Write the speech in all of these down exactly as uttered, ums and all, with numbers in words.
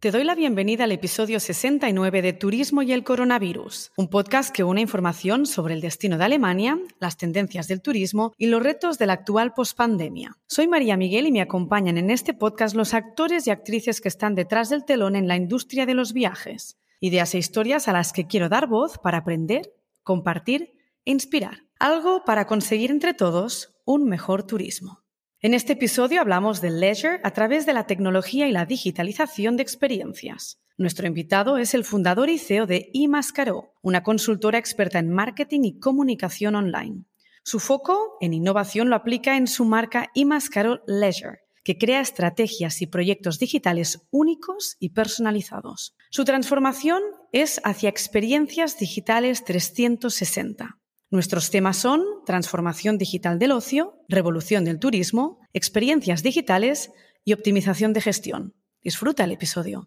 Te doy la bienvenida al episodio sesenta y nueve de Turismo y el Coronavirus, un podcast que une información sobre el destino de Alemania, las tendencias del turismo y los retos de la actual pospandemia. Soy María Miguel y me acompañan en este podcast los actores y actrices que están detrás del telón en la industria de los viajes. Ideas e historias a las que quiero dar voz para aprender, compartir e inspirar. Algo para conseguir entre todos un mejor turismo. En este episodio hablamos del leisure a través de la tecnología y la digitalización de experiencias. Nuestro invitado es el fundador y C E O de eMascaró, una consultora experta en marketing y comunicación online. Su foco en innovación lo aplica en su marca eMascaró Leisure, que crea estrategias y proyectos digitales únicos y personalizados. Su transformación es hacia experiencias digitales trescientos sesenta. Nuestros temas son transformación digital del ocio, revolución del turismo, experiencias digitales y optimización de gestión. Disfruta el episodio.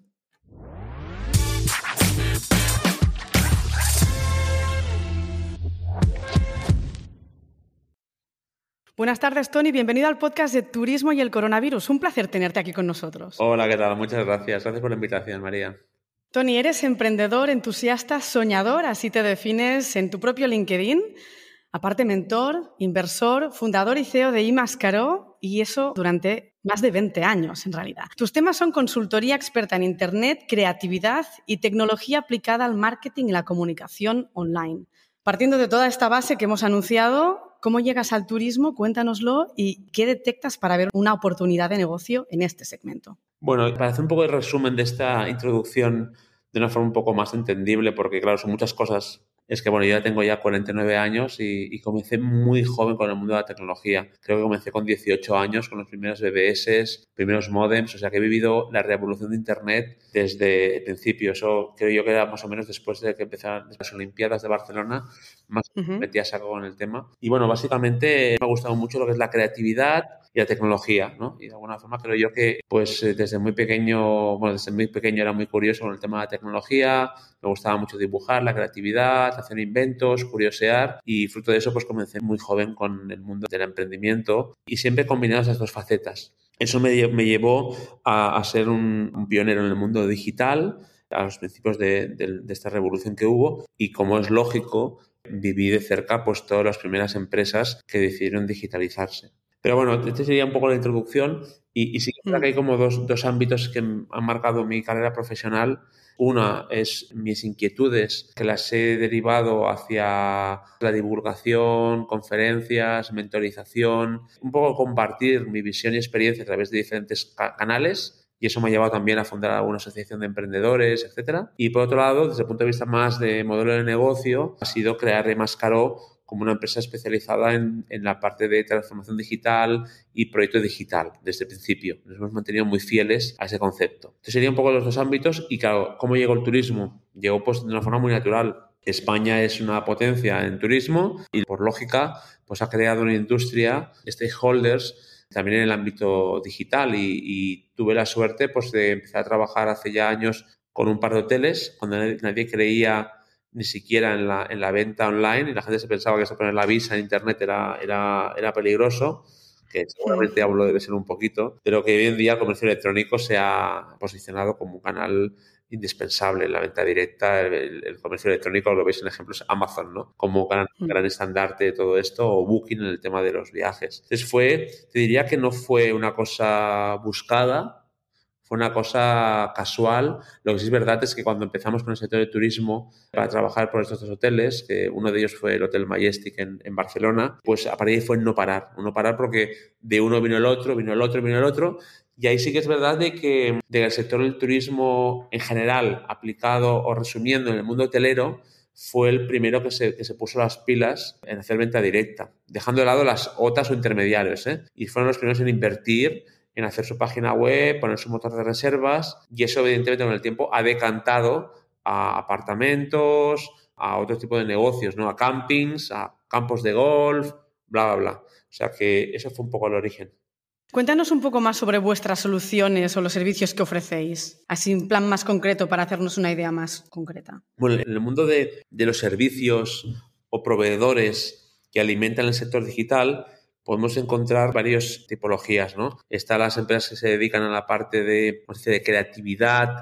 Buenas tardes, Tony. Bienvenido al podcast de Turismo y el Coronavirus. Un placer tenerte aquí con nosotros. Hola, ¿qué tal? Muchas gracias. Gracias por la invitación, María. Tony, eres emprendedor, entusiasta, soñador, así te defines en tu propio LinkedIn. Aparte, mentor, inversor, fundador y C E O de eMascaró, y eso durante más de veinte años, en realidad. Tus temas son consultoría experta en Internet, creatividad y tecnología aplicada al marketing y la comunicación online. Partiendo de toda esta base que hemos anunciado, ¿cómo llegas al turismo? Cuéntanoslo y ¿qué detectas para ver una oportunidad de negocio en este segmento? Bueno, para hacer un poco de resumen de esta introducción de una forma un poco más entendible, porque claro, son muchas cosas. Es que, bueno, yo ya tengo ya cuarenta y nueve años y, y comencé muy joven con el mundo de la tecnología. Creo que comencé con dieciocho años, con los primeros B B S, primeros modems, o sea que he vivido la revolución de Internet desde el principio. Eso creo yo que era más o menos después de que empezaran las Olimpiadas de Barcelona, más uh-huh. me metí a saco con el tema. Y bueno, básicamente me ha gustado mucho lo que es la creatividad y la tecnología, ¿no? Y de alguna forma creo yo que pues desde muy pequeño, bueno, desde muy pequeño era muy curioso con el tema de la tecnología, me gustaba mucho dibujar, la creatividad, hacer inventos, curiosear y fruto de eso pues comencé muy joven con el mundo del emprendimiento y siempre combinado esas dos facetas. Eso me, me llevó a, a ser un, un pionero en el mundo digital a los principios de, de, de esta revolución que hubo y como es lógico viví de cerca pues todas las primeras empresas que decidieron digitalizarse. Pero bueno, este sería un poco la introducción y, y sí que, mm. que hay como dos, dos ámbitos que han marcado mi carrera profesional. Una es mis inquietudes, que las he derivado hacia la divulgación, conferencias, mentorización, un poco compartir mi visión y experiencia a través de diferentes ca- canales. Y eso me ha llevado también a fundar alguna asociación de emprendedores, etcétera. Y por otro lado, desde el punto de vista más de modelo de negocio, ha sido crear eMascaró como una empresa especializada en, en la parte de transformación digital y proyecto digital desde el principio. Nos hemos mantenido muy fieles a ese concepto. Entonces serían un poco los dos ámbitos y claro, ¿cómo llegó el turismo? Llegó pues de una forma muy natural. España es una potencia en turismo y por lógica pues ha creado una industria, stakeholders, también en el ámbito digital y, y tuve la suerte pues de empezar a trabajar hace ya años con un par de hoteles cuando nadie, nadie creía ni siquiera en la, en la venta online y la gente se pensaba que eso poner la visa en internet era, era, era peligroso, que seguramente sí. Hablo debe ser un poquito, pero que hoy en día el comercio electrónico se ha posicionado como un canal indispensable en la venta directa. El, el comercio electrónico, lo veis en ejemplos, Amazon, ¿no? Como gran, mm. gran estandarte de todo esto, o Booking en el tema de los viajes. Entonces fue, te diría que no fue una cosa buscada, fue una cosa casual. Lo que sí es verdad es que cuando empezamos con el sector de turismo para trabajar por estos dos hoteles, que uno de ellos fue el Hotel Majestic en, en Barcelona, pues a partir de ahí fue no parar. No parar porque de uno vino el otro, vino el otro, vino el otro. Y ahí sí que es verdad de que, de que el sector del turismo en general, aplicado o resumiendo en el mundo hotelero, fue el primero que se, que se puso las pilas en hacer venta directa, dejando de lado las otras o intermediarios, ¿eh? Y fueron los primeros en invertir en hacer su página web, poner su motor de reservas y eso evidentemente con el tiempo ha decantado a apartamentos, a otro tipo de negocios, ¿no? A campings, a campos de golf, bla, bla, bla. O sea que eso fue un poco el origen. Cuéntanos un poco más sobre vuestras soluciones o los servicios que ofrecéis, así en plan más concreto para hacernos una idea más concreta. Bueno, en el mundo de, de los servicios o proveedores que alimentan el sector digital, podemos encontrar varias tipologías, ¿no? Están las empresas que se dedican a la parte de, de creatividad,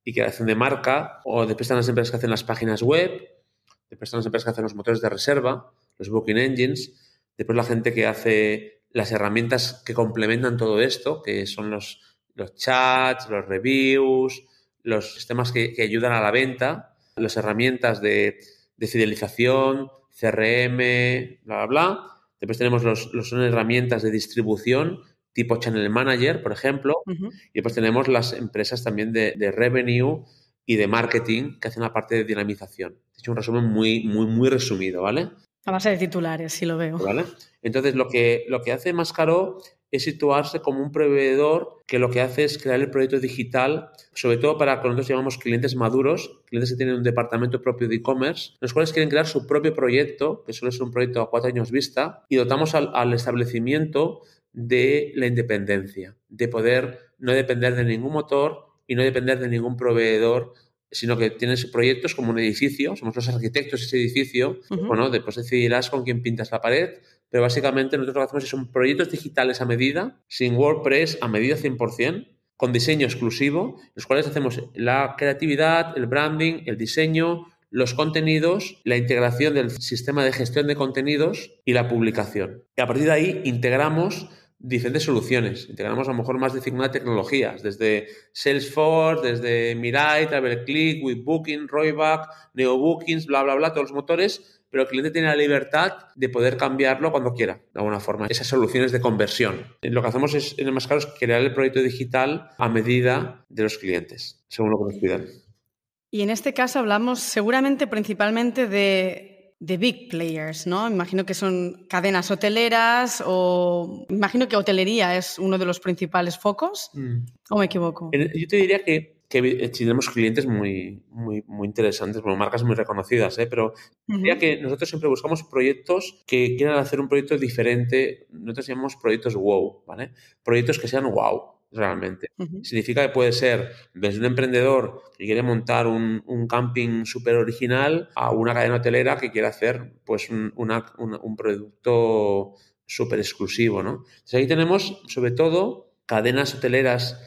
y creación de marca, o después están las empresas que hacen las páginas web, después están las empresas que hacen los motores de reserva, los booking engines, después la gente que hace las herramientas que complementan todo esto, que son los, los chats, los reviews, los sistemas que, que ayudan a la venta, las herramientas de, de fidelización, C R M, bla, bla, bla. Después tenemos los, los son herramientas de distribución, tipo Channel Manager, por ejemplo. Uh-huh. Y después tenemos las empresas también de, de revenue y de marketing que hacen la parte de dinamización. He hecho un resumen muy, muy, muy resumido, ¿vale? A base de titulares, sí lo veo. ¿Vale? Entonces, lo que, lo que hace Mascaró es situarse como un proveedor que lo que hace es crear el proyecto digital, sobre todo para lo que nosotros llamamos clientes maduros, clientes que tienen un departamento propio de e-commerce, los cuales quieren crear su propio proyecto, que suele ser un proyecto a cuatro años vista, y dotamos al, al establecimiento de la independencia, de poder no depender de ningún motor y no depender de ningún proveedor, sino que tienes proyectos como un edificio, somos los arquitectos de ese edificio, uh-huh. Bueno, después decidirás con quién pintas la pared, pero básicamente nosotros lo que hacemos son proyectos digitales a medida, sin WordPress, a medida cien por ciento, con diseño exclusivo, en los cuales hacemos la creatividad, el branding, el diseño, los contenidos, la integración del sistema de gestión de contenidos y la publicación. Y a partir de ahí integramos diferentes soluciones. Integramos a lo mejor más de cincuenta tecnologías, desde Salesforce, desde Mirai, TravelClick, WebBooking, Royback, NeoBookings, bla, bla, bla, todos los motores, pero el cliente tiene la libertad de poder cambiarlo cuando quiera, de alguna forma. Esas soluciones de conversión. Lo que hacemos es, en el Mascaró, es crear el proyecto digital a medida de los clientes, según lo que nos pidan. Y en este caso hablamos seguramente principalmente de... de big players, ¿no? Imagino que son cadenas hoteleras o... Imagino que hotelería es uno de los principales focos, mm. ¿O me equivoco? Yo te diría que, que tenemos clientes muy, muy, muy interesantes, bueno, marcas muy reconocidas, ¿eh? Pero uh-huh. diría que nosotros siempre buscamos proyectos que quieran hacer un proyecto diferente. Nosotros llamamos proyectos wow, ¿vale? Proyectos que sean wow. Realmente. Uh-huh. Significa que puede ser desde un emprendedor que quiere montar un, un camping súper original a una cadena hotelera que quiere hacer pues un, una, una, un producto súper exclusivo, ¿no? Entonces ahí tenemos sobre todo cadenas hoteleras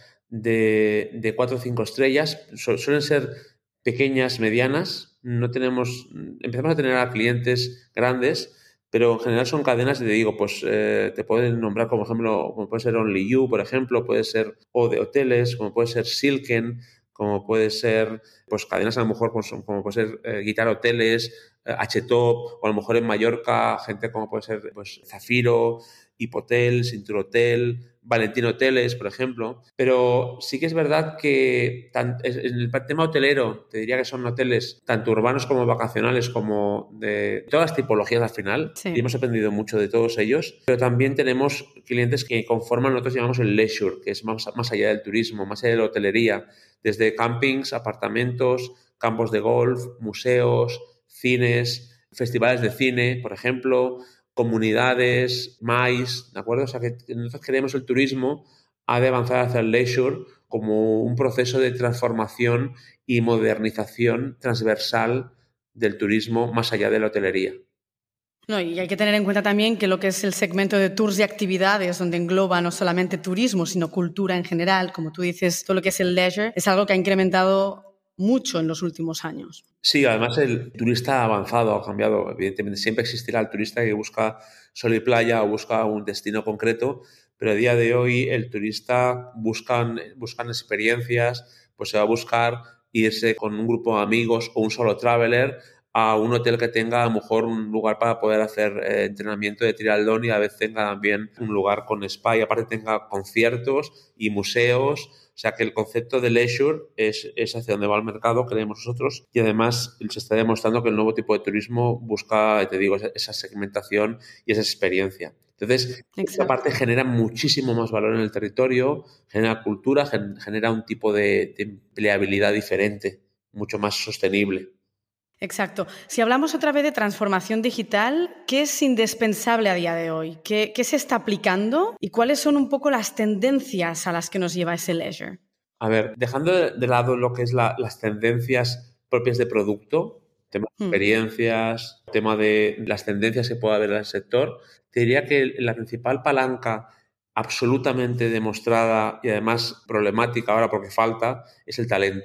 de, de cuatro o cinco estrellas, su, suelen ser pequeñas, medianas, no tenemos, empezamos a tener a clientes grandes, pero en general son cadenas, te digo, pues eh, te pueden nombrar como ejemplo, como puede ser Only You, por ejemplo, puede ser O de hoteles, como puede ser Silken, como puede ser, pues cadenas a lo mejor pues, como puede ser eh, Guitar Hoteles, eh, H-Top, o a lo mejor en Mallorca, gente como puede ser pues Zafiro, Hipotel, Cintur Hotel, Valentín Hoteles, por ejemplo. Pero sí que es verdad que en el tema hotelero te diría que son hoteles tanto urbanos como vacacionales como de todas las tipologías al final. Sí. Y hemos aprendido mucho de todos ellos. Pero también tenemos clientes que conforman lo que nosotros llamamos el leisure, que es más, más allá del turismo, más allá de la hotelería. Desde campings, apartamentos, campos de golf, museos, cines, festivales de cine, por ejemplo, comunidades, mais, ¿de acuerdo? O sea que nosotros creemos el turismo ha de avanzar hacia el leisure como un proceso de transformación y modernización transversal del turismo más allá de la hotelería. No, y hay que tener en cuenta también que lo que es el segmento de tours y actividades, donde engloba no solamente turismo, sino cultura en general, como tú dices, todo lo que es el leisure, es algo que ha incrementado mucho en los últimos años. Sí, además el turista ha avanzado, ha cambiado. Evidentemente siempre existirá el turista que busca sol y playa o busca un destino concreto, pero a día de hoy el turista buscan, buscan experiencias, pues se va a buscar irse con un grupo de amigos o un solo traveler a un hotel que tenga a lo mejor un lugar para poder hacer eh, entrenamiento de triatlón y a veces tenga también un lugar con spa y aparte tenga conciertos y museos. O sea que el concepto de leisure es, es hacia donde va el mercado, creemos nosotros, y además se está demostrando que el nuevo tipo de turismo busca, te digo, esa segmentación y esa experiencia. Entonces, Exacto. esta parte genera muchísimo más valor en el territorio, genera cultura, genera un tipo de, de empleabilidad diferente, mucho más sostenible. Exacto. Si hablamos otra vez de transformación digital, ¿qué es indispensable a día de hoy? ¿Qué, qué se está aplicando? ¿Y cuáles son un poco las tendencias a las que nos lleva ese leisure? A ver, dejando de, de lado lo que es la, las tendencias propias de producto, tema de experiencias, hmm. tema de las tendencias que pueda haber en el sector, te diría que la principal palanca absolutamente demostrada y además problemática ahora porque falta es el talento.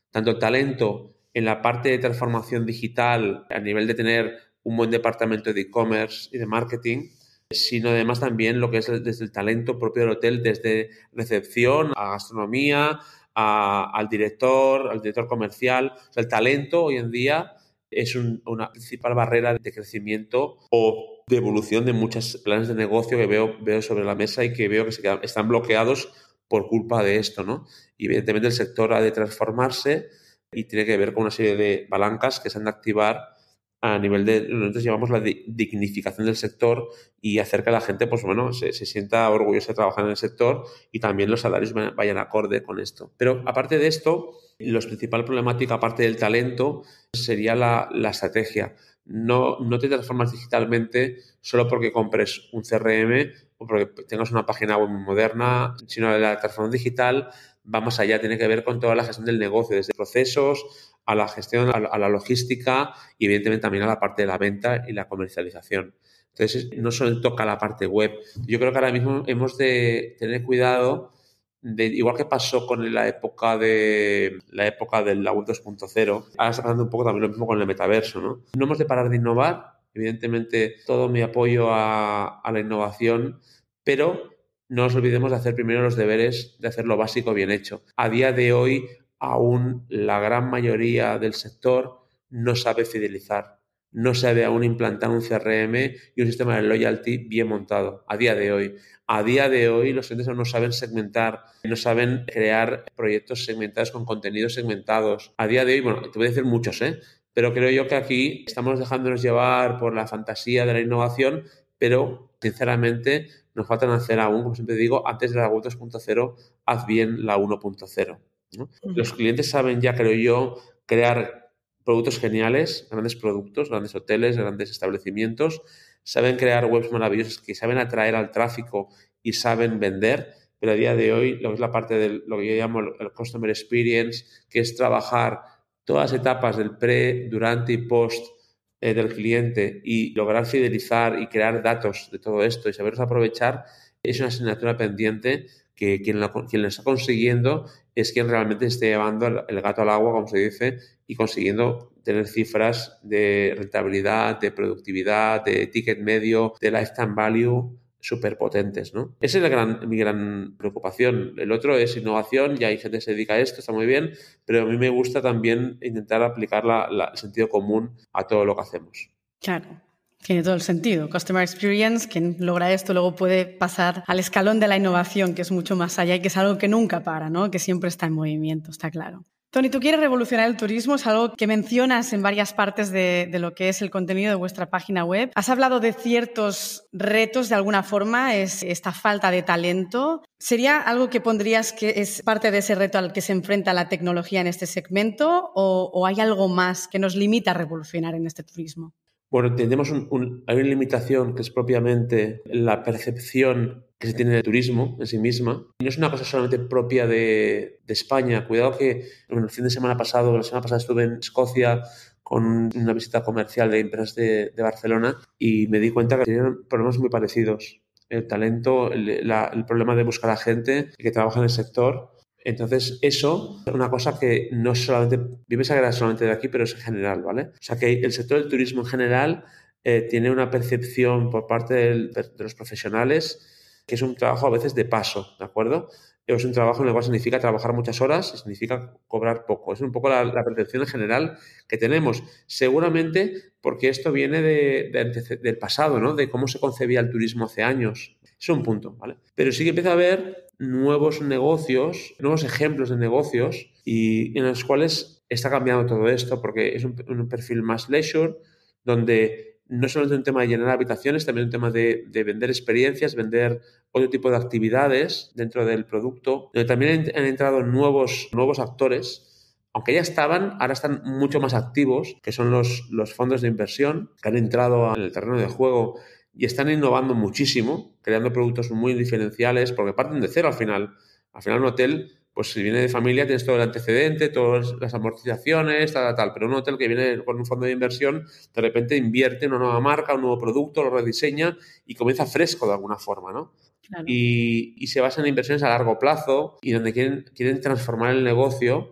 tanto talento en la parte de transformación digital a nivel de tener un buen departamento de e-commerce y de marketing, sino además también lo que es desde el talento propio del hotel, desde recepción a gastronomía, a, al director, al director comercial. O sea, el talento hoy en día es un, una principal barrera de crecimiento o de evolución de muchos planes de negocio que veo, veo sobre la mesa y que veo que se quedan, están bloqueados por culpa de esto, ¿no? Y evidentemente el sector ha de transformarse y tiene que ver con una serie de palancas que se han de activar a nivel de, nosotros llamamos la dignificación del sector y hacer que la gente, pues bueno, se, se sienta orgullosa de trabajar en el sector y también los salarios vayan acorde con esto. Pero aparte de esto, la principal problemática, aparte del talento, sería la, la estrategia. No, no te transformas digitalmente solo porque compres un C R M o porque tengas una página web moderna, sino la transformación digital va más allá, tiene que ver con toda la gestión del negocio, desde procesos a la gestión, a la logística y evidentemente también a la parte de la venta y la comercialización. Entonces, no solo toca la parte web. Yo creo que ahora mismo hemos de tener cuidado, de, igual que pasó con la época de la época de la web dos punto cero, ahora está pasando un poco también lo mismo con el metaverso, ¿no? No hemos de parar de innovar, evidentemente todo mi apoyo a, a la innovación, pero no nos olvidemos de hacer primero los deberes, de hacer lo básico bien hecho. A día de hoy, aún la gran mayoría del sector no sabe fidelizar, no sabe aún implantar un C R M y un sistema de loyalty bien montado, a día de hoy. A día de hoy los clientes no saben segmentar, no saben crear proyectos segmentados con contenidos segmentados. A día de hoy, bueno, te voy a decir muchos, ¿eh? Pero creo yo que aquí estamos dejándonos llevar por la fantasía de la innovación, pero sinceramente nos faltan hacer aún, como siempre digo, antes de la web dos punto cero, haz bien la uno punto cero, ¿no? Uh-huh. Los clientes saben ya, creo yo, crear productos geniales, grandes productos, grandes hoteles, grandes establecimientos, saben crear webs maravillosas que saben atraer al tráfico y saben vender, pero a día de hoy lo que es la parte de lo que yo llamo el customer experience, que es trabajar todas las etapas del pre, durante y post eh, del cliente y lograr fidelizar y crear datos de todo esto y saberlos aprovechar, es una asignatura pendiente que quien lo, quien lo está consiguiendo es quien realmente esté llevando el, el gato al agua, como se dice, y consiguiendo tener cifras de rentabilidad, de productividad, de ticket medio, de lifetime value súper potentes, ¿no? Esa es la gran, mi gran preocupación. El otro es innovación, ya hay gente que se dedica a esto, está muy bien, pero a mí me gusta también intentar aplicar la, la, el sentido común a todo lo que hacemos. Claro. Tiene todo el sentido. Customer Experience, quien logra esto luego puede pasar al escalón de la innovación, que es mucho más allá y que es algo que nunca para, ¿no? Que siempre está en movimiento, está claro. Tony, tú quieres revolucionar el turismo, es algo que mencionas en varias partes de, de lo que es el contenido de vuestra página web. Has hablado de ciertos retos, de alguna forma, es esta falta de talento. ¿Sería algo que pondrías que es parte de ese reto al que se enfrenta la tecnología en este segmento o, o hay algo más que nos limita a revolucionar en este turismo? Bueno, tenemos un, un, hay una limitación que es propiamente la percepción que se tiene del turismo en sí misma. Y no es una cosa solamente propia de, de España. Cuidado que bueno, el fin de semana pasado, la semana pasada estuve en Escocia con una visita comercial de empresas de, de Barcelona y me di cuenta que tenían problemas muy parecidos. El talento, el, la, el problema de buscar a gente que trabaja en el sector. Entonces, eso es una cosa que no es solamente, yo pensaba que era solamente de aquí, pero es en general, ¿vale? O sea, que el sector del turismo en general eh, tiene una percepción por parte del, de los profesionales que es un trabajo a veces de paso, ¿de acuerdo? Es un trabajo en el cual significa trabajar muchas horas y significa cobrar poco. Es un poco la, la percepción en general que tenemos. Seguramente porque esto viene de, de, del pasado, ¿no? De cómo se concebía el turismo hace años. Es un punto, ¿vale? Pero sí que empieza a haber nuevos negocios, nuevos ejemplos de negocios y en los cuales está cambiando todo esto porque es un, un perfil más leisure, donde no es solamente un tema de llenar habitaciones, también un tema de, de vender experiencias, vender otro tipo de actividades dentro del producto, donde también han entrado nuevos, nuevos actores, aunque ya estaban, ahora están mucho más activos, que son los, los fondos de inversión que han entrado en el terreno de juego y están innovando muchísimo, creando productos muy diferenciales, porque parten de cero al final. Al final un hotel, pues si viene de familia tienes todo el antecedente, todas las amortizaciones, tal, tal, pero un hotel que viene con un fondo de inversión, de repente invierte en una nueva marca, un nuevo producto, lo rediseña y comienza fresco de alguna forma, ¿no? Claro. Y, y se basa en inversiones a largo plazo y donde quieren, quieren transformar el negocio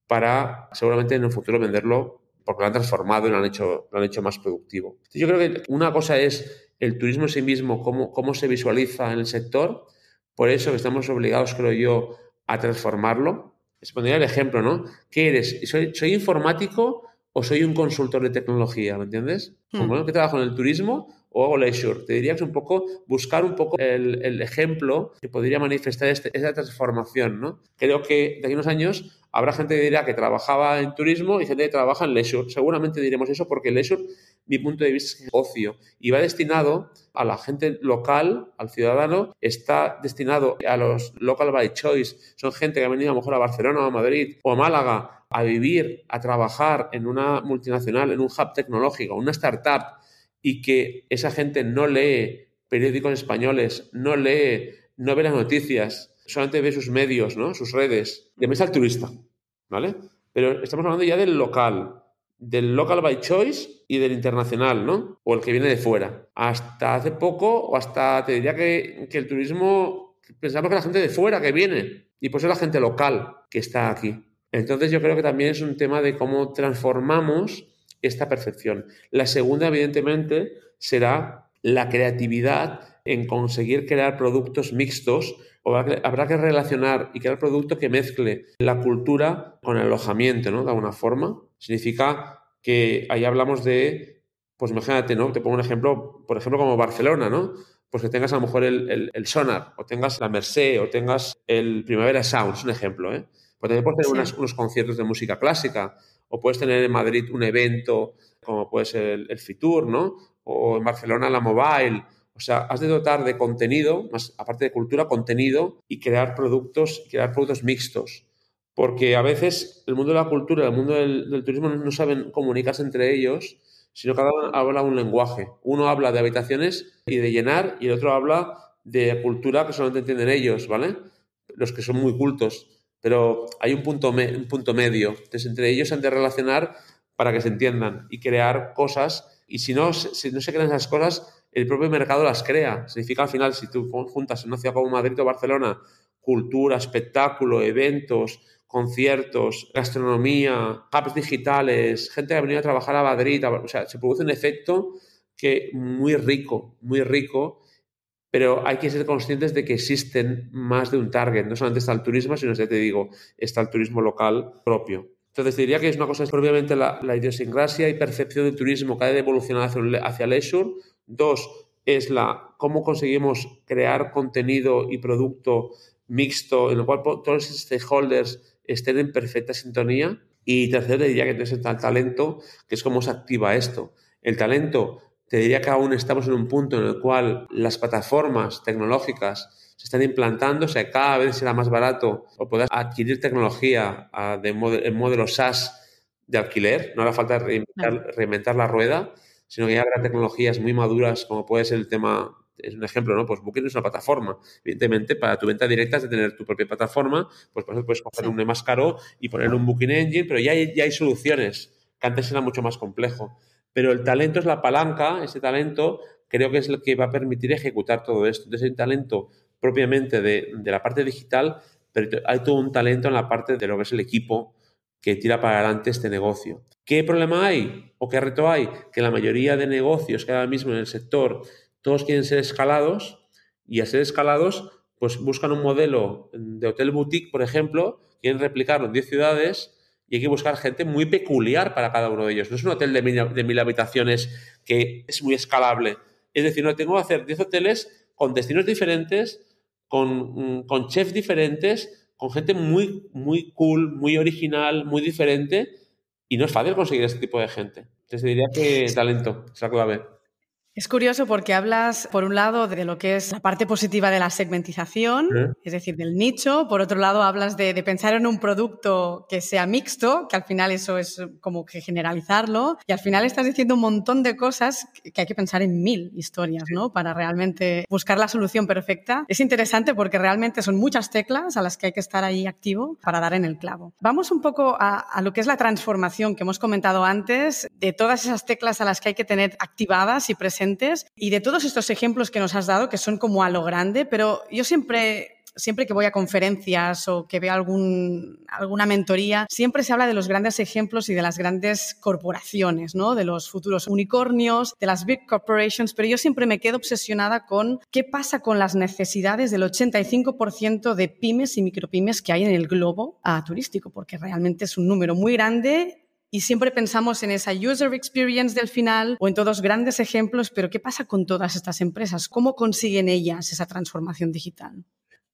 para seguramente en el futuro venderlo porque lo han transformado y lo han hecho, lo han hecho más productivo. Yo creo que una cosa es el turismo en sí mismo, cómo, cómo se visualiza en el sector, por eso que estamos obligados, creo yo, a transformarlo. Les pondría el ejemplo, ¿no? ¿Qué eres? ¿Soy, soy informático o soy un consultor de tecnología? ¿Me entiendes? Hmm. Bueno, ¿qué trabajo en el turismo o hago leisure? Te diría que es un poco buscar un poco el, el ejemplo que podría manifestar este, esa transformación, ¿no? Creo que de aquí a unos años habrá gente que dirá que trabajaba en turismo y gente que trabaja en leisure. Seguramente diremos eso porque el leisure, mi punto de vista, es ocio y va destinado a la gente local, al ciudadano, está destinado a los local by choice. Son gente que ha venido a lo mejor a Barcelona o a Madrid o a Málaga a vivir, a trabajar en una multinacional, en un hub tecnológico, una startup, y que esa gente no lee periódicos españoles, no lee, no ve las noticias, solamente ve sus medios, ¿no? Sus redes. Y además al turista, ¿vale? Pero estamos hablando ya del local, del local by choice y del internacional, ¿no? O el que viene de fuera. Hasta hace poco, o hasta te diría que, que el turismo, pensamos que la gente de fuera que viene, y pues es la gente local que está aquí. Entonces yo creo que también es un tema de cómo transformamos esta percepción. La segunda, evidentemente, será la creatividad en conseguir crear productos mixtos, o habrá que relacionar y crear productos que mezcle la cultura con el alojamiento, ¿no? De alguna forma. Significa que ahí hablamos de, pues imagínate, ¿no? Te pongo un ejemplo, por ejemplo, como Barcelona, ¿no? Pues que tengas a lo mejor el, el, el Sonar, o tengas la Mercè, o tengas el Primavera Sound, es un ejemplo, ¿eh? Pues también puedes tener sí. unas, unos conciertos de música clásica, o puedes tener en Madrid un evento como puede ser el, el Fitur, ¿no? O en Barcelona la Mobile. O sea, has de dotar de contenido, más aparte de cultura, contenido y crear productos, crear productos mixtos. Porque a veces el mundo de la cultura y el mundo del, del turismo no saben comunicarse entre ellos, sino que cada uno habla un lenguaje. Uno habla de habitaciones y de llenar y el otro habla de cultura que solamente entienden ellos, ¿vale? Los que son muy cultos. Pero hay un punto, me, un punto medio. Entonces, entre ellos se han de relacionar para que se entiendan y crear cosas. Y si no, si no se crean esas cosas, el propio mercado las crea. Significa al final, si tú juntas en una ciudad como Madrid o Barcelona, cultura, espectáculo, eventos, conciertos, gastronomía, hubs digitales, gente que ha venido a trabajar a Madrid, o sea, se produce un efecto que muy rico, muy rico, pero hay que ser conscientes de que existen más de un target. No solamente está el turismo, sino, ya te digo, está el turismo local propio. Entonces, diría que es una cosa, es propiamente la, la idiosincrasia y percepción del turismo que ha de evolucionar hacia, hacia leisure. Dos, es la cómo conseguimos crear contenido y producto mixto en el cual todos los stakeholders estén en perfecta sintonía. Y tercero, diría que entonces está el talento, que es cómo se activa esto. El talento, te diría que aún estamos en un punto en el cual las plataformas tecnológicas se están implantando, o sea, cada vez será más barato o puedas adquirir tecnología uh, de mod- en modelo SaaS de alquiler. No hará falta reinventar, reinventar la rueda, sino que ya habrá tecnologías muy maduras, como puede ser el tema, es un ejemplo, ¿no? Pues Booking es una plataforma. Evidentemente, para tu venta directa es de tener tu propia plataforma, pues por eso puedes coger sí. un más caro y poner un Booking Engine, pero ya hay, ya hay soluciones, que antes era mucho más complejo. Pero el talento es la palanca, ese talento creo que es lo que va a permitir ejecutar todo esto. Entonces, el talento propiamente de, de la parte digital, pero hay todo un talento en la parte de lo que es el equipo que tira para adelante este negocio. ¿Qué problema hay o qué reto hay? Que la mayoría de negocios que ahora mismo en el sector, todos quieren ser escalados y al ser escalados, pues buscan un modelo de hotel boutique, por ejemplo, quieren replicarlo en diez ciudades y hay que buscar gente muy peculiar para cada uno de ellos. No es un hotel de mil, de mil habitaciones que es muy escalable. Es decir, no tengo que hacer diez hoteles con destinos diferentes, con, con chefs diferentes, con gente muy, muy cool, muy original, muy diferente, y no es fácil conseguir este tipo de gente. Entonces diría que talento es la clave. Es curioso porque hablas, por un lado, de lo que es la parte positiva de la segmentización, ¿Eh? es decir, del nicho. Por otro lado, hablas de, de pensar en un producto que sea mixto, que al final eso es como que generalizarlo. Y al final estás diciendo un montón de cosas que hay que pensar en mil historias, ¿no? Para realmente buscar la solución perfecta. Es interesante porque realmente son muchas teclas a las que hay que estar ahí activo para dar en el clavo. Vamos un poco a, a lo que es la transformación que hemos comentado antes, de todas esas teclas a las que hay que tener activadas y presentes. Y de todos estos ejemplos que nos has dado, que son como a lo grande, pero yo siempre siempre que voy a conferencias o que veo algún, alguna mentoría, siempre se habla de los grandes ejemplos y de las grandes corporaciones, ¿no? De los futuros unicornios, de las big corporations, pero yo siempre me quedo obsesionada con qué pasa con las necesidades del ochenta y cinco por ciento de pymes y micropymes que hay en el globo ah, turístico, porque realmente es un número muy grande. Y siempre pensamos en esa user experience del final o en todos grandes ejemplos, pero ¿qué pasa con todas estas empresas? ¿Cómo consiguen ellas esa transformación digital?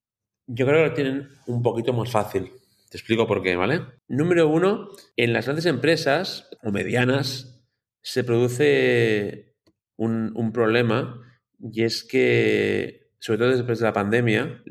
Yo creo que lo tienen un poquito más fácil. Te explico por qué, ¿vale? Número uno, en las grandes empresas o medianas se produce un, un problema y es que, sobre todo después de la pandemia,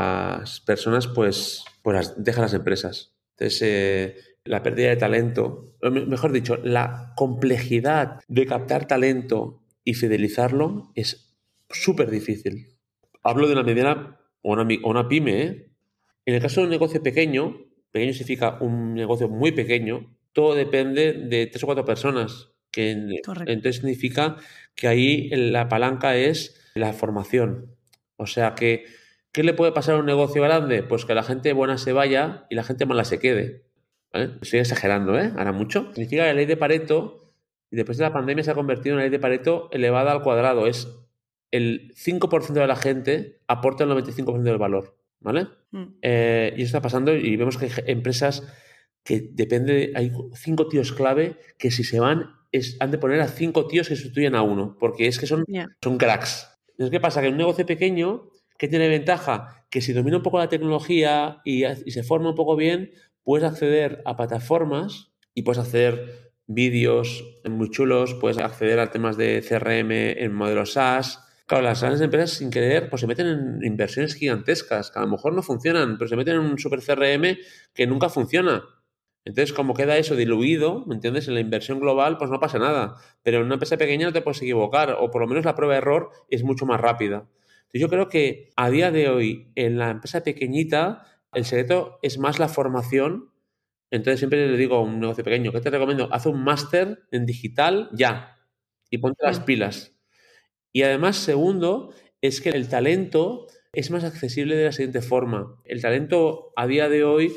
las personas pues, pues las, dejan las empresas. Entonces, eh, la pérdida de talento, mejor dicho, la complejidad de captar talento y fidelizarlo es súper difícil. Hablo de una mediana o una, o una pyme, ¿eh? En el caso de un negocio pequeño, pequeño significa un negocio muy pequeño, todo depende de tres o cuatro personas. Que entonces significa que ahí la palanca es la formación. O sea que, ¿qué le puede pasar a un negocio grande? Pues que la gente buena se vaya y la gente mala se quede. ¿Vale? Estoy exagerando, ¿eh? Ahora mucho. Significa que la ley de Pareto, y después de la pandemia se ha convertido en una ley de Pareto elevada al cuadrado. Es el cinco por ciento de la gente aporta el noventa y cinco por ciento del valor, ¿vale? Mm. Eh, y eso está pasando y vemos que hay empresas que depende, hay cinco tíos clave que si se van es, han de poner a cinco tíos que sustituyen a uno, porque es que son, yeah. son cracks. Entonces, ¿qué pasa? Que en un negocio pequeño, ¿qué tiene ventaja? Que si domina un poco la tecnología y, y se forma un poco bien, puedes acceder a plataformas y puedes hacer vídeos muy chulos, puedes acceder a temas de C R M en modelos SaaS. Claro, las grandes empresas sin querer pues se meten en inversiones gigantescas que a lo mejor no funcionan, pero se meten en un super C R M que nunca funciona. Entonces, como queda eso diluido, ¿me entiendes? En la inversión global, pues no pasa nada. Pero en una empresa pequeña no te puedes equivocar, o por lo menos la prueba de error es mucho más rápida. Entonces, yo creo que a día de hoy, en la empresa pequeñita, el secreto es más la formación. Entonces, siempre le digo a un negocio pequeño, ¿qué te recomiendo? Haz un máster en digital ya y ponte las pilas. Y además, segundo, es que el talento es más accesible de la siguiente forma. El talento a día de hoy,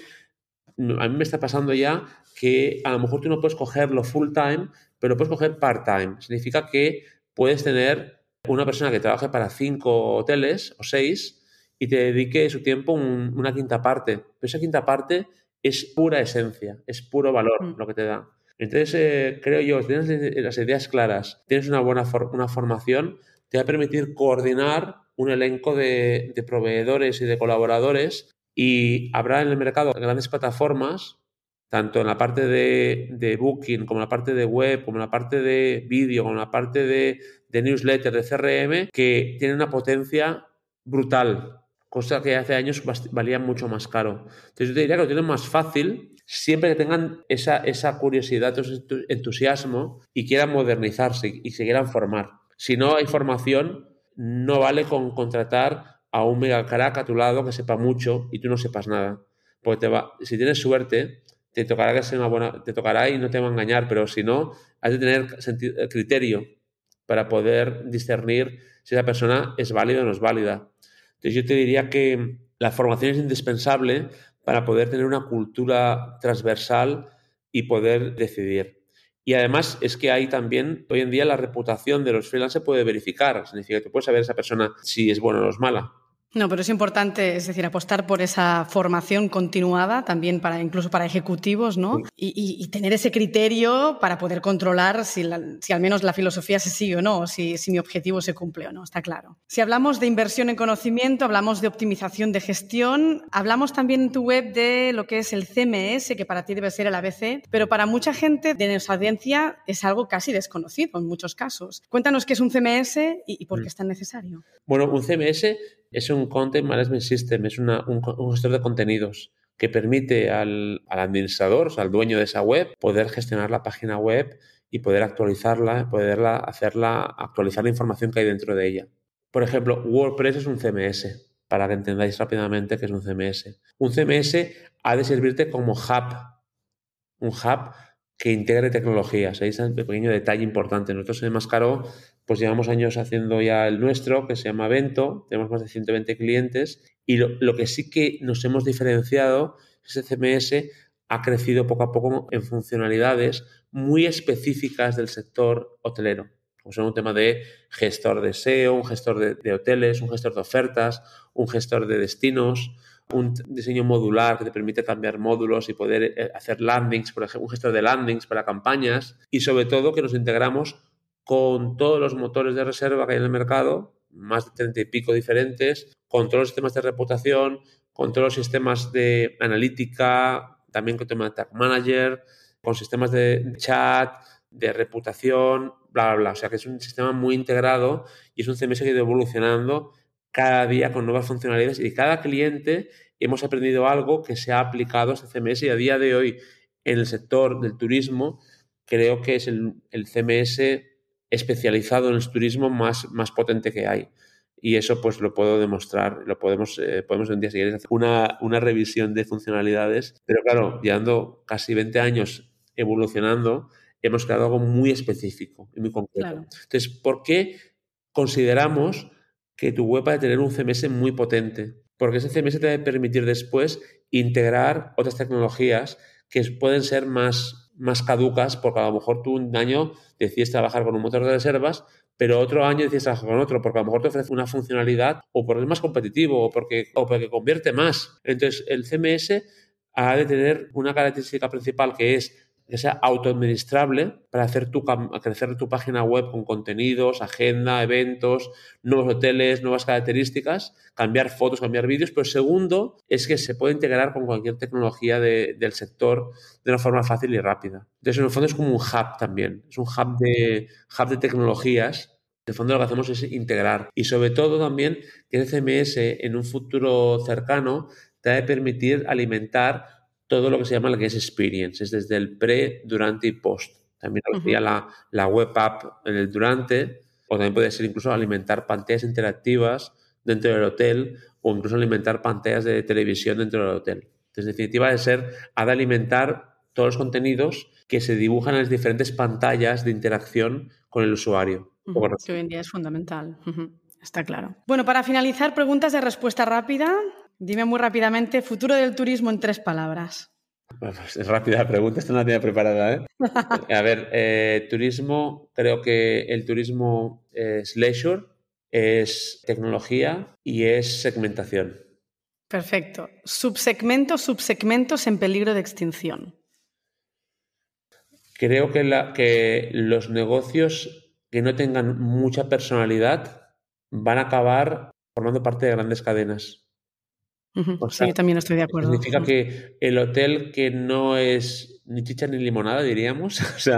a mí me está pasando ya que a lo mejor tú no puedes cogerlo full time, pero puedes coger part time. Significa que puedes tener una persona que trabaje para cinco hoteles o seis y te dedique su tiempo un, una quinta parte. Pero esa quinta parte es pura esencia, es puro valor mm. lo que te da. Entonces, eh, creo yo, si tienes las ideas claras, tienes una buena for- una formación, te va a permitir coordinar un elenco de, de proveedores y de colaboradores y habrá en el mercado grandes plataformas, tanto en la parte de, de booking, como en la parte de web, como en la parte de vídeo, como en la parte de, de newsletter, de C R M, que tienen una potencia brutal, cosa que hace años valía mucho más caro. Entonces yo te diría que lo tienen más fácil siempre que tengan esa, esa curiosidad, ese entusiasmo y quieran modernizarse y se quieran formar. Si no hay formación, no vale con contratar a un mega crack a tu lado que sepa mucho y tú no sepas nada. Porque te va, si tienes suerte, te tocará que sea una buena, te tocará y no te va a engañar, pero si no, has de tener sentido, criterio para poder discernir si esa persona es válida o no es válida. Entonces yo te diría que la formación es indispensable para poder tener una cultura transversal y poder decidir. Y además es que hay también, hoy en día la reputación de los freelancers se puede verificar. Significa que tú puedes saber esa persona si es buena o es mala. No, pero es importante, es decir, apostar por esa formación continuada también para incluso para ejecutivos, ¿no? Sí. Y, y, y tener ese criterio para poder controlar si, la, si al menos la filosofía se sigue o no, o si, si mi objetivo se cumple o no, está claro. Si hablamos de inversión en conocimiento, hablamos de optimización de gestión, hablamos también en tu web de lo que es el C M S, que para ti debe ser el A B C, pero para mucha gente de nuestra audiencia es algo casi desconocido en muchos casos. Cuéntanos qué es un C M S y, y por qué es tan necesario. Bueno, un C M S es un Content Management System, es una, un, un gestor de contenidos que permite al, al administrador, o sea, al dueño de esa web, poder gestionar la página web y poder actualizarla, poderla hacerla, actualizar la información que hay dentro de ella. Por ejemplo, WordPress es un C M S, para que entendáis rápidamente qué es un C M S. Un C M S ha de servirte como hub, un hub que integre tecnologías. Ahí está el pequeño detalle importante. Nosotros en Mascaró pues llevamos años haciendo ya el nuestro, que se llama Vento. Tenemos más de ciento veinte clientes Y lo, lo que sí que nos hemos diferenciado es que ese C M S ha crecido poco a poco en funcionalidades muy específicas del sector hotelero. Como son un tema de gestor de S E O, un gestor de, de hoteles, un gestor de ofertas, un gestor de destinos, un diseño modular que te permite cambiar módulos y poder hacer landings, por ejemplo, un gestor de landings para campañas, y sobre todo que nos integramos con todos los motores de reserva que hay en el mercado, más de treinta y pico diferentes, con todos los sistemas de reputación, con todos los sistemas de analítica, también con tema de Tag Manager, con sistemas de chat, de reputación, bla, bla, bla. O sea que es un sistema muy integrado y es un C M S que ha ido evolucionando cada día con nuevas funcionalidades, y cada cliente hemos aprendido algo que se ha aplicado a este C M S, y a día de hoy en el sector del turismo creo que es el, el C M S especializado en el turismo más, más potente que hay. Y eso pues lo puedo demostrar, lo podemos, eh, podemos un día si quieres hacer una, una revisión de funcionalidades, pero claro, llevando casi veinte años evolucionando, hemos creado algo muy específico y muy concreto. Claro. Entonces, ¿por qué consideramos que tu web va a tener un C M S muy potente? Porque ese C M S te va a permitir después integrar otras tecnologías que pueden ser más, más caducas, porque a lo mejor tú un año decides trabajar con un motor de reservas, pero otro año decides trabajar con otro, porque a lo mejor te ofrece una funcionalidad o porque es más competitivo o porque, o porque convierte más. Entonces, el C M S ha de tener una característica principal, que es que sea autoadministrable para hacer tu, crecer tu página web con contenidos, agenda, eventos, nuevos hoteles, nuevas características, cambiar fotos, cambiar vídeos. Pero segundo, es que se puede integrar con cualquier tecnología de, del sector de una forma fácil y rápida. Entonces, en el fondo es como un hub también. Es un hub de, hub de tecnologías. En el fondo lo que hacemos es integrar. Y sobre todo también que el C M S en un futuro cercano te va a permitir alimentar todo lo que se llama la guest experience, es desde el pre, durante y post. También uh-huh. sería la, la web app en el durante, o también puede ser incluso alimentar pantallas interactivas dentro del hotel, o incluso alimentar pantallas de televisión dentro del hotel. Entonces, en definitiva, de ser, ha de alimentar todos los contenidos que se dibujan en las diferentes pantallas de interacción con el usuario. Uh-huh. Que hoy en día es fundamental. Uh-huh. Está claro. Bueno, para finalizar, preguntas de respuesta rápida. Dime muy rápidamente, futuro del turismo en tres palabras. Bueno, pues es rápida la pregunta, esta no la tenía preparada, ¿eh? A ver, eh, turismo, creo que el turismo es leisure, es tecnología y es segmentación. Perfecto. Subsegmentos, subsegmentos en peligro de extinción. Creo que, la, que los negocios que no tengan mucha personalidad van a acabar formando parte de grandes cadenas. Uh-huh. O sea, sí, yo también estoy de acuerdo. Significa uh-huh. que el hotel que no es ni chicha ni limonada, diríamos, o sea,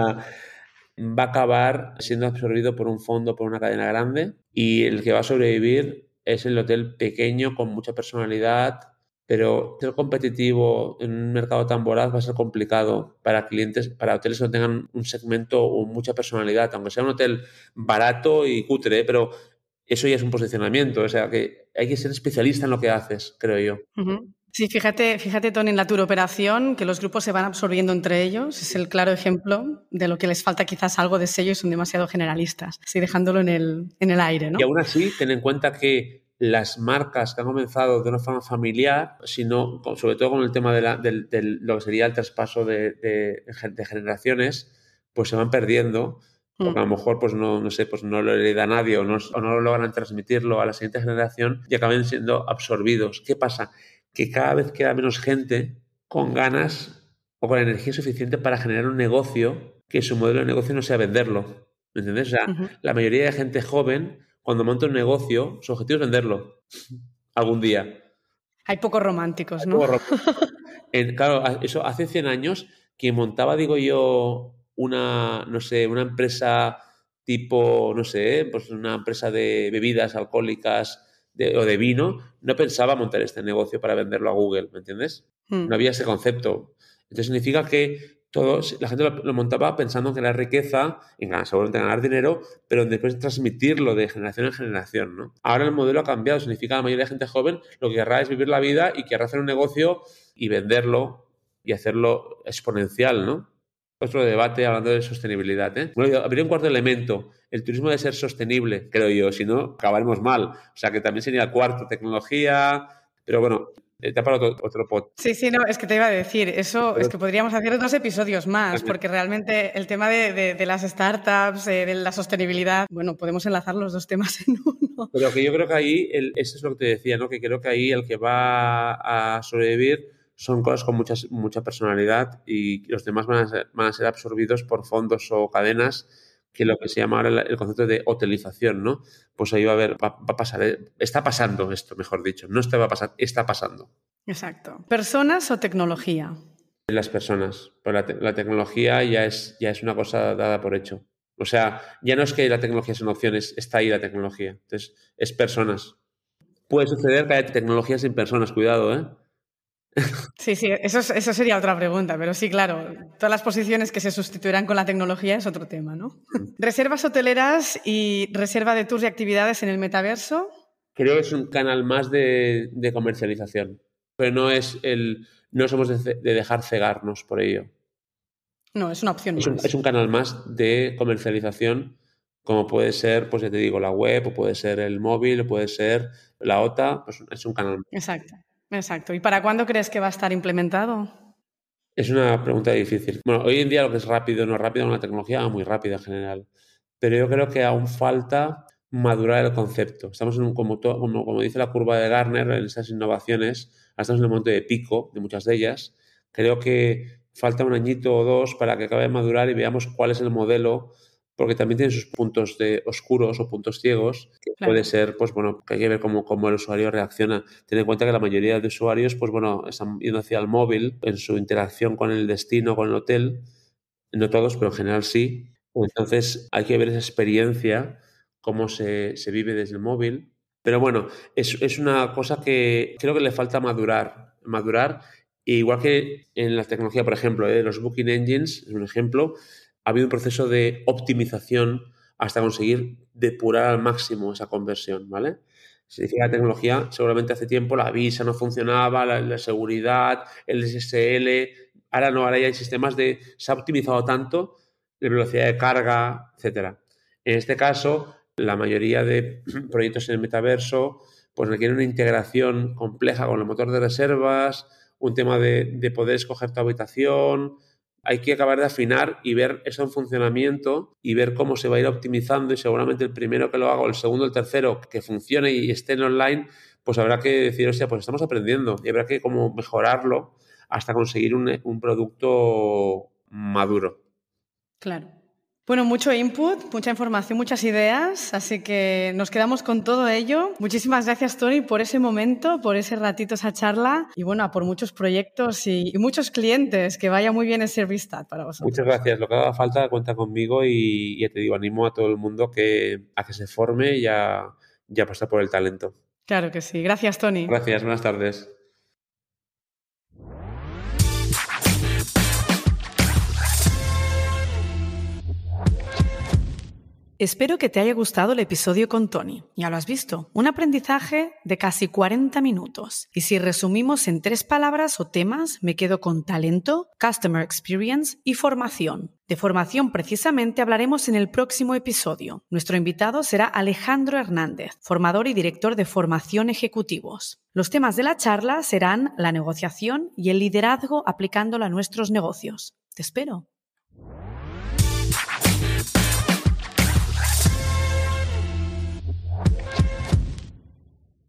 va a acabar siendo absorbido por un fondo, por una cadena grande, y el que va a sobrevivir es el hotel pequeño con mucha personalidad, pero ser competitivo en un mercado tan voraz va a ser complicado para clientes, para hoteles que no tengan un segmento o mucha personalidad, aunque sea un hotel barato y cutre, pero eso ya es un posicionamiento, o sea que hay que ser especialista en lo que haces, creo yo. Uh-huh. Sí, fíjate, fíjate, Tony, en la turoperación, que los grupos se van absorbiendo entre ellos. Es el claro ejemplo de lo que les falta quizás algo de sello y son demasiado generalistas. Así dejándolo en el, en el aire, ¿no? Y aún así, ten en cuenta que las marcas que han comenzado de una forma familiar, sino sobre todo con el tema de, la, de, de lo que sería el traspaso de, de, de generaciones, pues se van perdiendo. Porque a lo mejor pues no, no sé, pues no lo hereda nadie o no, o no lo logran transmitirlo a la siguiente generación y acaben siendo absorbidos. ¿Qué pasa? Que cada vez queda menos gente con ganas o con energía suficiente para generar un negocio que su modelo de negocio no sea venderlo. ¿Me entiendes? O sea, uh-huh. la mayoría de gente joven, cuando monta un negocio, su objetivo es venderlo algún día. Hay pocos románticos, Hay ¿no? Poco románticos. En, claro, eso hace cien años, quien montaba, digo yo, una, no sé, una empresa tipo, no sé, pues una empresa de bebidas alcohólicas de, o de vino, no pensaba montar este negocio para venderlo a Google, ¿me entiendes? Mm. No había ese concepto. Entonces significa que todos, la gente lo, lo montaba pensando en crear riqueza, en ganar, seguramente ganar dinero, pero después transmitirlo de generación en generación, ¿no? Ahora el modelo ha cambiado, significa que la mayoría de gente joven lo que querrá es vivir la vida y querrá hacer un negocio y venderlo y hacerlo exponencial, ¿no? Otro debate hablando de sostenibilidad, ¿eh? Bueno, habría un cuarto elemento. El turismo debe ser sostenible, creo yo. Si no, acabaremos mal. O sea, que también sería el cuarto, tecnología, Pero bueno, te para otro, otro pod. Sí, sí, no, es que te iba a decir, eso Pero... es que podríamos hacer dos episodios más, porque realmente el tema de, de, de las startups, eh, de la sostenibilidad, bueno, podemos enlazar los dos temas en uno. Pero que yo creo que ahí, el, eso es lo que te decía, ¿no? Que creo que ahí el que va a sobrevivir son cosas con muchas, mucha personalidad y los demás van a ser, van a ser absorbidos por fondos o cadenas, que lo que se llama ahora el, el concepto de hotelización, ¿no? Pues ahí va a haber, va, va a pasar, está pasando esto, mejor dicho, no está va a pasar, está pasando. Exacto. ¿Personas o tecnología? Las personas, pero la, te, la tecnología ya es, ya es una cosa dada por hecho. O sea, ya no es que la tecnología sea una opción, es, está ahí la tecnología. Entonces, es personas. Puede suceder que haya tecnología sin personas, cuidado, ¿eh? Sí, sí, eso, eso sería otra pregunta, pero sí, claro, todas las posiciones que se sustituirán con la tecnología es otro tema, ¿no? ¿Reservas hoteleras y reserva de tours y actividades en el metaverso? Creo que es un canal más de, de comercialización, pero no es el, no somos de, de dejar cegarnos por ello. No, es una opción es más. Un, es un canal más de comercialización, como puede ser, pues ya te digo, la web, o puede ser el móvil, o puede ser la O T A, pues es un canal más. Exacto. Exacto. ¿Y para cuándo crees que va a estar implementado? Es una pregunta difícil. Bueno, hoy en día lo que es rápido no es rápido, es una tecnología muy rápida en general. Pero yo creo que aún falta madurar el concepto. Estamos en un, como, to, como, como dice la curva de Gartner, en esas innovaciones, estamos en un momento de pico de muchas de ellas. Creo que falta un añito o dos para que acabe de madurar y veamos cuál es el modelo, porque también tiene sus puntos de oscuros o puntos ciegos, que claro. Puede ser, pues bueno, que hay que ver cómo, cómo el usuario reacciona. Ten en cuenta que la mayoría de usuarios, pues bueno, están yendo hacia el móvil en su interacción con el destino, con el hotel. No todos, pero en general sí. Entonces hay que ver esa experiencia, cómo se, se vive desde el móvil. Pero bueno, es, es una cosa que creo que le falta madurar. Madurar, e igual que en la tecnología, por ejemplo, ¿eh? Los booking engines, es un ejemplo, ha habido un proceso de optimización hasta conseguir depurar al máximo esa conversión, ¿vale? Significa la tecnología, seguramente hace tiempo la visa no funcionaba, la, la seguridad, el S S L, ahora no, ahora ya hay sistemas de, se ha optimizado tanto de velocidad de carga, etcétera. En este caso, la mayoría de proyectos en el metaverso pues requieren una integración compleja con el motor de reservas, un tema de, de poder escoger tu habitación. Hay que acabar de afinar y ver eso en funcionamiento y ver cómo se va a ir optimizando, y seguramente el primero que lo haga o el segundo o el tercero que funcione y esté en online, pues habrá que decir, o sea, pues estamos aprendiendo y habrá que como mejorarlo hasta conseguir un, un producto maduro. Claro. Bueno, mucho input, mucha información, muchas ideas, así que nos quedamos con todo ello. Muchísimas gracias, Tony, por ese momento, por ese ratito, esa charla y bueno, por muchos proyectos y, y muchos clientes. Que vaya muy bien el Service-Stat para vosotros. Muchas gracias. Lo que haga falta, cuenta conmigo y ya te digo, animo a todo el mundo que, a que se forme y a, y a apostar por el talento. Claro que sí. Gracias, Tony. Gracias, buenas tardes. Espero que te haya gustado el episodio con Tony. Ya lo has visto, un aprendizaje de casi cuarenta minutos. Y si resumimos en tres palabras o temas, me quedo con talento, customer experience y formación. De formación precisamente hablaremos en el próximo episodio. Nuestro invitado será Alejandro Hernández, formador y director de formación ejecutivos. Los temas de la charla serán la negociación y el liderazgo aplicándolo a nuestros negocios. Te espero.